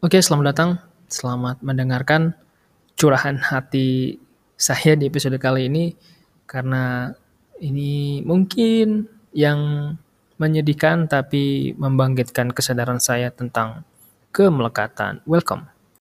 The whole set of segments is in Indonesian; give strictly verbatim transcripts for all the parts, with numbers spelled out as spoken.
Oke, selamat datang. Selamat mendengarkan curahan hati saya di episode kali ini karena ini mungkin yang menyedihkan tapi membangkitkan kesadaran saya tentang kemelekatan. Welcome.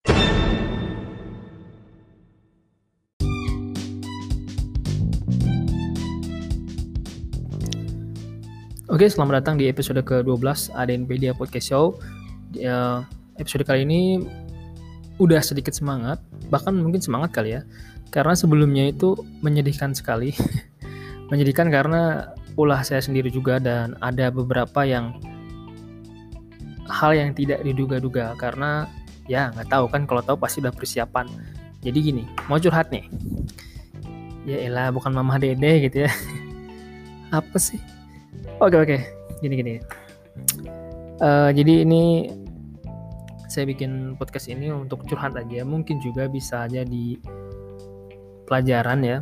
Oke, selamat datang di episode ke-dua belas Adenpedia Podcast Show. Di, uh, episode kali ini udah sedikit semangat, bahkan mungkin semangat kali ya. Karena sebelumnya itu menyedihkan sekali. Menyedihkan karena ulah saya sendiri juga dan ada beberapa yang hal yang tidak diduga-duga karena ya nggak tahu kan, kalau tahu pasti udah persiapan. Jadi gini, mau curhat nih. Ya elah, bukan Mama Dede gitu ya. Apa sih? Oke oke, gini-gini. Uh, jadi ini saya bikin podcast ini untuk curhat aja. Mungkin juga bisa aja di pelajaran ya.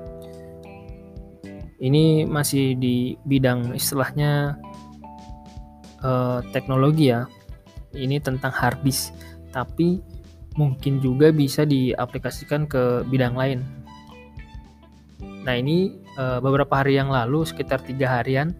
Ini masih di bidang istilahnya uh, teknologi ya. Ini tentang hard disk, tapi mungkin juga bisa diaplikasikan ke bidang lain. Nah ini uh, beberapa hari yang lalu, sekitar tiga harian,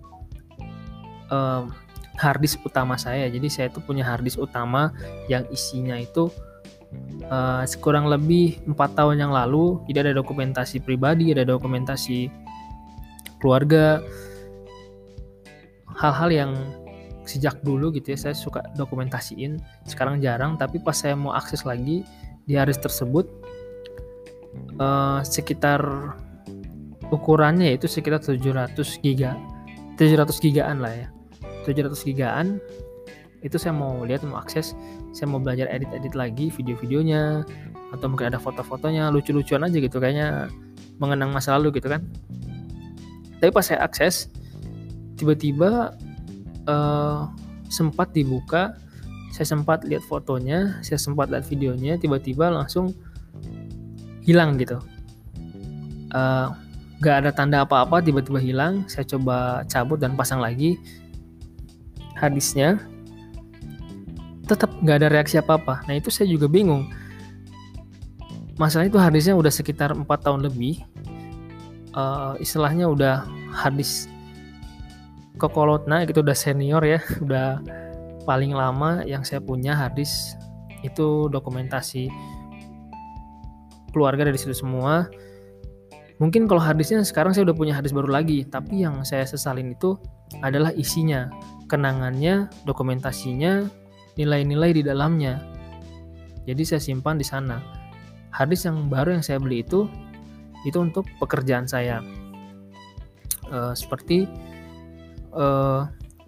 uh, hard disk utama saya. Jadi saya itu punya hard disk utama yang isinya itu uh, kurang lebih empat tahun yang lalu. Jadi ada dokumentasi pribadi, ada dokumentasi keluarga, hal-hal yang sejak dulu gitu ya saya suka dokumentasiin. Sekarang jarang, tapi pas saya mau akses lagi di hard disk tersebut, uh, sekitar ukurannya itu sekitar tujuh ratus giga, tujuh ratus gigaan lah ya. tujuh ratus gigaan itu saya mau lihat, mau akses, saya mau belajar edit-edit lagi video-videonya, atau mungkin ada foto-fotonya, lucu-lucuan aja gitu, kayaknya mengenang masa lalu gitu kan. Tapi pas saya akses, tiba-tiba uh, sempat dibuka, saya sempat lihat fotonya, saya sempat lihat videonya, tiba-tiba langsung hilang gitu. Uh, gak ada tanda apa-apa, tiba-tiba hilang. Saya coba cabut dan pasang lagi hard disknya, tetap gak ada reaksi apa-apa. Nah itu saya juga bingung. Masalahnya itu hard disknya udah sekitar empat tahun lebih. Uh, istilahnya udah hard disk kokolotna gitu, udah senior ya, udah paling lama yang saya punya hard disk. Itu dokumentasi keluarga dari situ semua. Mungkin kalau hard disknya sekarang saya udah punya hard disk baru lagi, tapi yang saya sesalin itu adalah isinya, kenangannya, dokumentasinya, nilai-nilai di dalamnya. Jadi saya simpan di sana. Hard disk yang baru yang saya beli itu itu untuk pekerjaan saya, uh, seperti uh,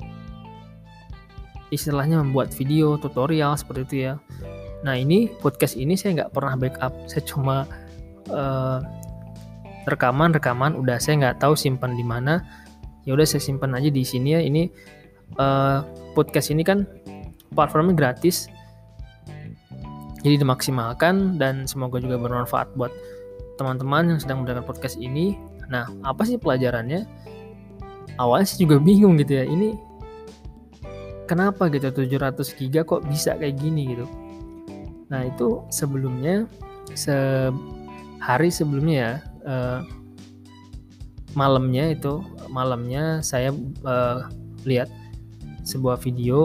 istilahnya membuat video tutorial seperti itu ya. Nah ini podcast ini saya nggak pernah backup, saya cuma uh, rekaman rekaman udah saya nggak tahu simpan di mana. Ya udah saya simpan aja di sini ya. Ini uh, podcast ini kan platformnya gratis, jadi dimaksimalkan dan semoga juga bermanfaat buat teman-teman yang sedang mendengar podcast ini. Nah apa sih pelajarannya? Awalnya sih juga bingung gitu ya, ini kenapa gitu tujuh ratus giga kok bisa kayak gini gitu. Nah itu sebelumnya, sehari sebelumnya ya, uh, malamnya itu malamnya saya uh, lihat sebuah video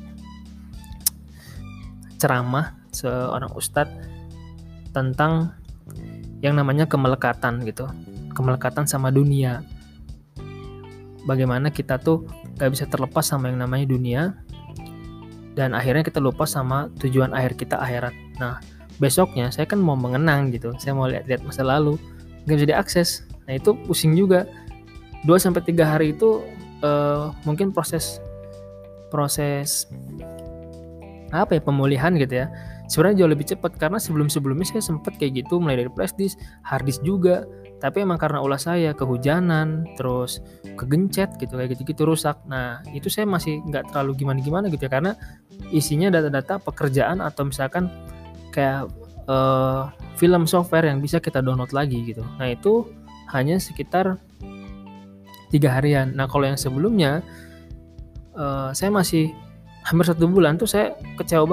ceramah seorang ustadz tentang yang namanya kemelekatan gitu, kemelekatan sama dunia. Bagaimana kita tuh gak bisa terlepas sama yang namanya dunia, dan akhirnya kita lupa sama tujuan akhir kita, akhirat. Nah besoknya saya kan mau mengenang gitu, saya mau lihat-lihat masa lalu, gak bisa diakses. Nah itu pusing juga. dua sampai tiga hari itu uh, mungkin proses proses apa ya, pemulihan gitu ya. Sebenarnya jauh lebih cepat karena sebelum-sebelumnya saya sempat kayak gitu, mulai dari flash disk, hard disk juga. Tapi emang karena ulah saya kehujanan, terus kegencet gitu, kayak gitu-gitu rusak. Nah itu saya masih nggak terlalu gimana-gimana gitu ya, karena isinya data-data pekerjaan atau misalkan kayak uh, film software yang bisa kita download lagi gitu. Nah itu hanya sekitar tiga harian. Nah kalau yang sebelumnya uh, saya masih hampir satu bulan tuh saya kecewa banget.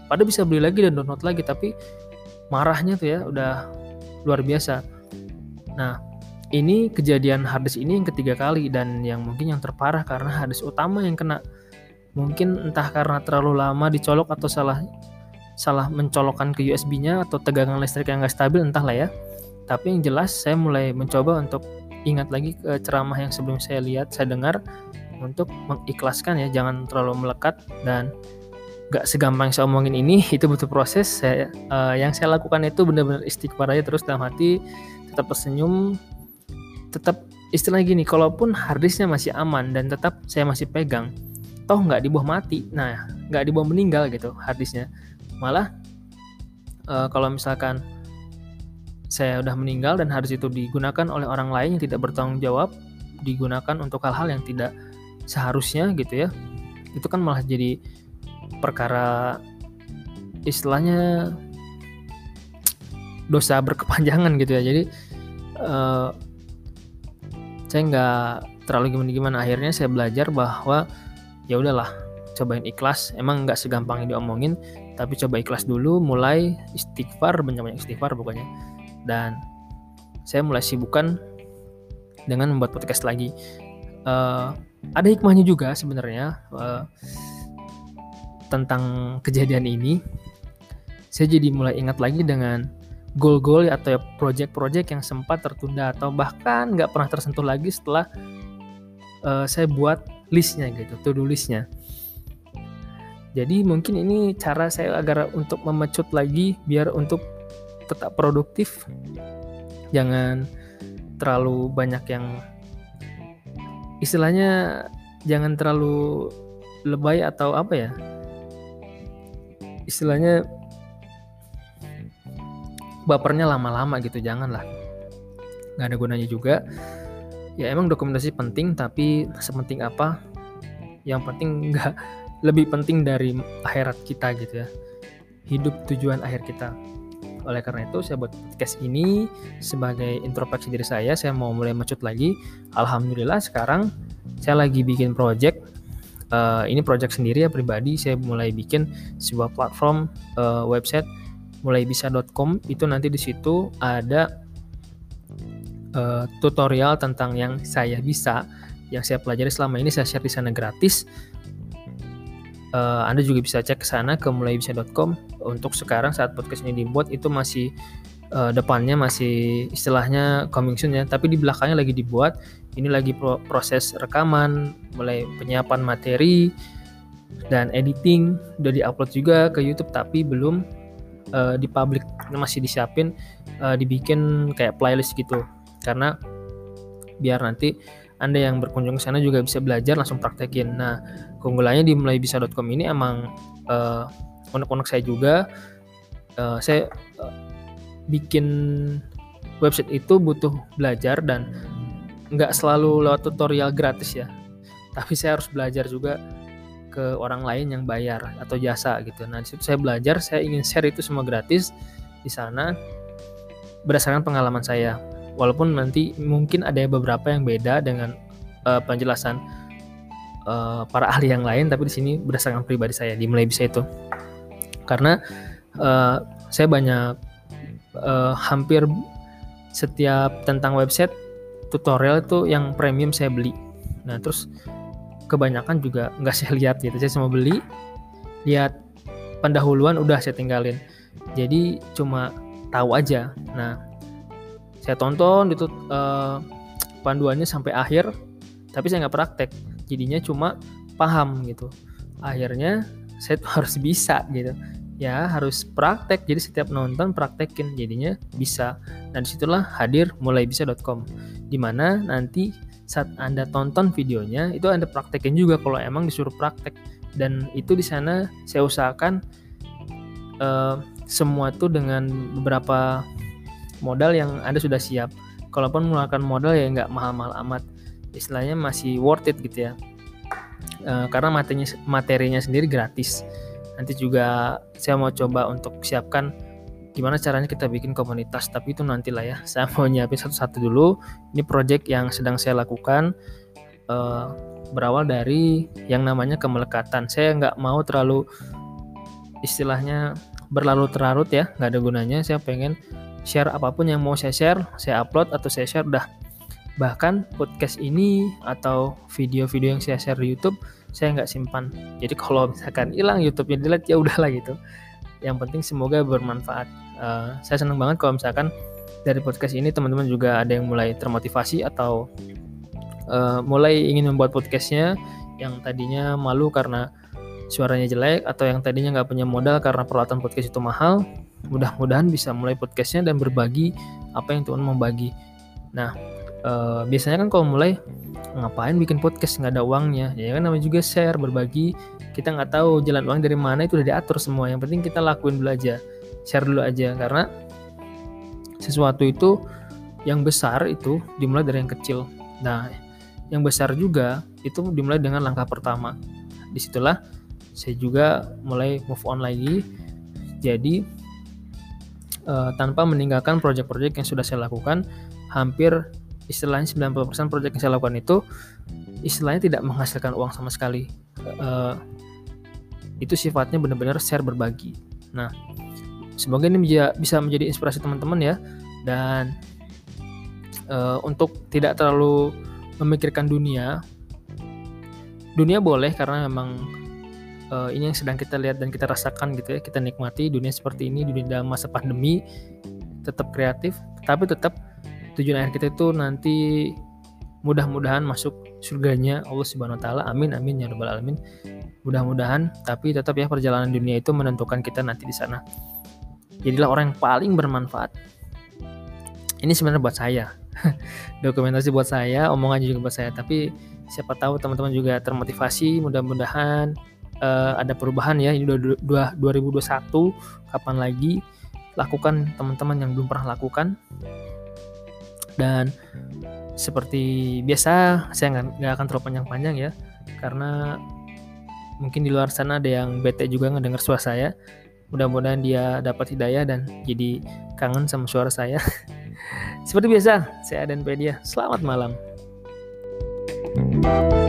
Padahal bisa beli lagi dan download lagi, tapi marahnya tuh ya udah luar biasa. Nah, ini kejadian harddisk ini yang ketiga kali, dan yang mungkin yang terparah karena harddisk utama yang kena. Mungkin entah karena terlalu lama dicolok atau salah salah mencolokkan ke U S B-nya atau tegangan listrik yang nggak stabil, entahlah ya. Tapi yang jelas saya mulai mencoba untuk ingat lagi ke ceramah yang sebelum saya lihat, saya dengar, untuk mengikhlaskan ya, jangan terlalu melekat dan gak segampang saya omongin ini, itu butuh proses. Saya, uh, yang saya lakukan itu benar-benar istighfar aja terus dalam hati, tetap tersenyum, tetap istilah gini, kalaupun harddisknya masih aman dan tetap saya masih pegang, toh nggak dibuang mati, nah nggak dibuang meninggal gitu harddisknya. Malah uh, kalau misalkan saya udah meninggal dan harddisk itu digunakan oleh orang lain yang tidak bertanggung jawab, digunakan untuk hal-hal yang tidak seharusnya gitu ya, itu kan malah jadi perkara istilahnya dosa berkepanjangan gitu ya. Jadi uh, saya nggak terlalu gimana-gimana. Akhirnya saya belajar bahwa ya udahlah, cobain ikhlas. Emang nggak segampang yang diomongin, tapi coba ikhlas dulu, mulai istighfar, banyak-banyak istighfar pokoknya. Dan saya mulai sibukkan dengan membuat podcast lagi. Uh, ada hikmahnya juga sebenarnya. Uh, tentang kejadian ini, saya jadi mulai ingat lagi dengan goal-goal atau project-project yang sempat tertunda atau bahkan nggak pernah tersentuh lagi setelah uh, saya buat listnya gitu, to-do listnya. Jadi mungkin ini cara saya agar untuk memecut lagi biar untuk tetap produktif, jangan terlalu banyak yang istilahnya, jangan terlalu lebay atau apa ya, istilahnya bapernya lama-lama gitu, janganlah, nggak ada gunanya juga. Ya emang dokumentasi penting, tapi sepenting apa? Yang penting nggak lebih penting dari akhirat kita gitu ya, hidup tujuan akhir kita. Oleh karena itu saya buat podcast ini sebagai introspeksi diri saya. Saya mau mulai mecut lagi. Alhamdulillah sekarang saya lagi bikin project. Uh, ini project sendiri ya, pribadi. Saya mulai bikin sebuah platform uh, website mulaibisa dot com. Itu nanti di situ ada uh, tutorial tentang yang saya bisa, yang saya pelajari selama ini, saya share di sana gratis. Uh, Anda juga bisa cek ke sana ke mulaibisa dot com. Untuk sekarang saat podcast ini dibuat itu masih uh, depannya masih istilahnya coming soon ya, tapi di belakangnya lagi dibuat. Ini lagi pro- proses rekaman, mulai penyiapan materi dan editing, udah diupload juga ke YouTube tapi belum uh, dipublish, masih disiapin, uh, dibikin kayak playlist gitu. Karena biar nanti Anda yang berkunjung ke sana juga bisa belajar langsung praktekin. Nah, keunggulannya di mulaibisa dot com ini emang uh, unek-unek saya juga. Uh, saya uh, bikin website itu butuh belajar dan nggak selalu lewat tutorial gratis ya, tapi saya harus belajar juga ke orang lain yang bayar atau jasa gitu. Nah di situ saya belajar, saya ingin share itu semua gratis di sana berdasarkan pengalaman saya. Walaupun nanti mungkin ada beberapa yang beda dengan uh, penjelasan uh, para ahli yang lain, tapi di sini berdasarkan pribadi saya di Mulaibisa itu. Karena uh, saya banyak uh, hampir setiap tentang website tutorial itu yang premium saya beli. Nah terus kebanyakan juga nggak saya lihat gitu, saya cuma beli, lihat pendahuluan udah saya tinggalin, jadi cuma tahu aja. Nah saya tonton itu uh, panduannya sampai akhir, tapi saya nggak praktek, jadinya cuma paham gitu. Akhirnya saya tuh harus bisa gitu ya, harus praktek. Jadi setiap nonton praktekin, jadinya bisa. Nah disitulah hadir mulaibisa dot com, dimana nanti saat Anda tonton videonya itu Anda praktekin juga kalau emang disuruh praktek. Dan itu di sana saya usahakan uh, semua tuh dengan beberapa modal yang Anda sudah siap. Kalaupun menggunakan modal ya nggak mahal-mahal amat, istilahnya masih worth it gitu ya, uh, karena materinya, materinya sendiri gratis. Nanti juga saya mau coba untuk siapkan gimana caranya kita bikin komunitas, tapi itu nantilah ya. Saya mau nyiapin satu-satu dulu. Ini project yang sedang saya lakukan, uh, berawal dari yang namanya kemelekatan. Saya nggak mau terlalu istilahnya berlarut-larut ya, nggak ada gunanya. Saya pengen share apapun yang mau saya share, saya upload atau saya share udah. Bahkan podcast ini atau video-video yang saya share di YouTube, saya nggak simpan. Jadi kalau misalkan hilang YouTube-nya, delete, ya udahlah gitu. Yang penting semoga bermanfaat. Uh, saya senang banget kalau misalkan dari podcast ini teman-teman juga ada yang mulai termotivasi atau uh, mulai ingin membuat podcastnya, yang tadinya malu karena suaranya jelek atau yang tadinya nggak punya modal karena peralatan podcast itu mahal. Mudah-mudahan bisa mulai podcastnya dan berbagi apa yang Tuhan mau bagi. Nah, uh, biasanya kan kalau mulai ngapain bikin podcast nggak ada uangnya, ya kan namanya juga share, berbagi. Kita nggak tahu jalan uang dari mana, itu udah diatur semua. Yang penting kita lakuin dulu aja, share dulu aja, karena sesuatu itu yang besar itu dimulai dari yang kecil. Nah, yang besar juga itu dimulai dengan langkah pertama. Disitulah saya juga mulai move on lagi. Jadi uh, tanpa meninggalkan proyek-proyek yang sudah saya lakukan, hampir istilahnya sembilan puluh persen proyek yang saya lakukan itu istilahnya tidak menghasilkan uang sama sekali. Uh, itu sifatnya benar-benar share, berbagi. Nah, semoga ini bisa menjadi inspirasi teman-teman ya. Dan uh, untuk tidak terlalu memikirkan dunia, dunia boleh karena memang uh, ini yang sedang kita lihat dan kita rasakan gitu ya. Kita nikmati dunia seperti ini, dunia dalam masa pandemi, tetap kreatif, tapi tetap tujuan akhir kita itu nanti mudah-mudahan masuk surganya Allah Subhanahu wa taala. Amin amin ya rabbal alamin. Mudah-mudahan, tapi tetap ya perjalanan dunia itu menentukan kita nanti di sana. Jadilah orang yang paling bermanfaat. Ini sebenarnya buat saya. Dokumentasi buat saya, omongan juga buat saya, tapi siapa tahu teman-teman juga termotivasi. Mudah-mudahan uh, ada perubahan ya. Ini dua ribu dua puluh satu, kapan lagi? Lakukan teman-teman yang belum pernah lakukan. Dan seperti biasa, saya nggak akan terlalu panjang-panjang ya, karena mungkin di luar sana ada yang bete juga ngedenger suara saya. Mudah-mudahan dia dapat hidayah dan jadi kangen sama suara saya. Seperti biasa, saya Adan Pedia. Selamat malam.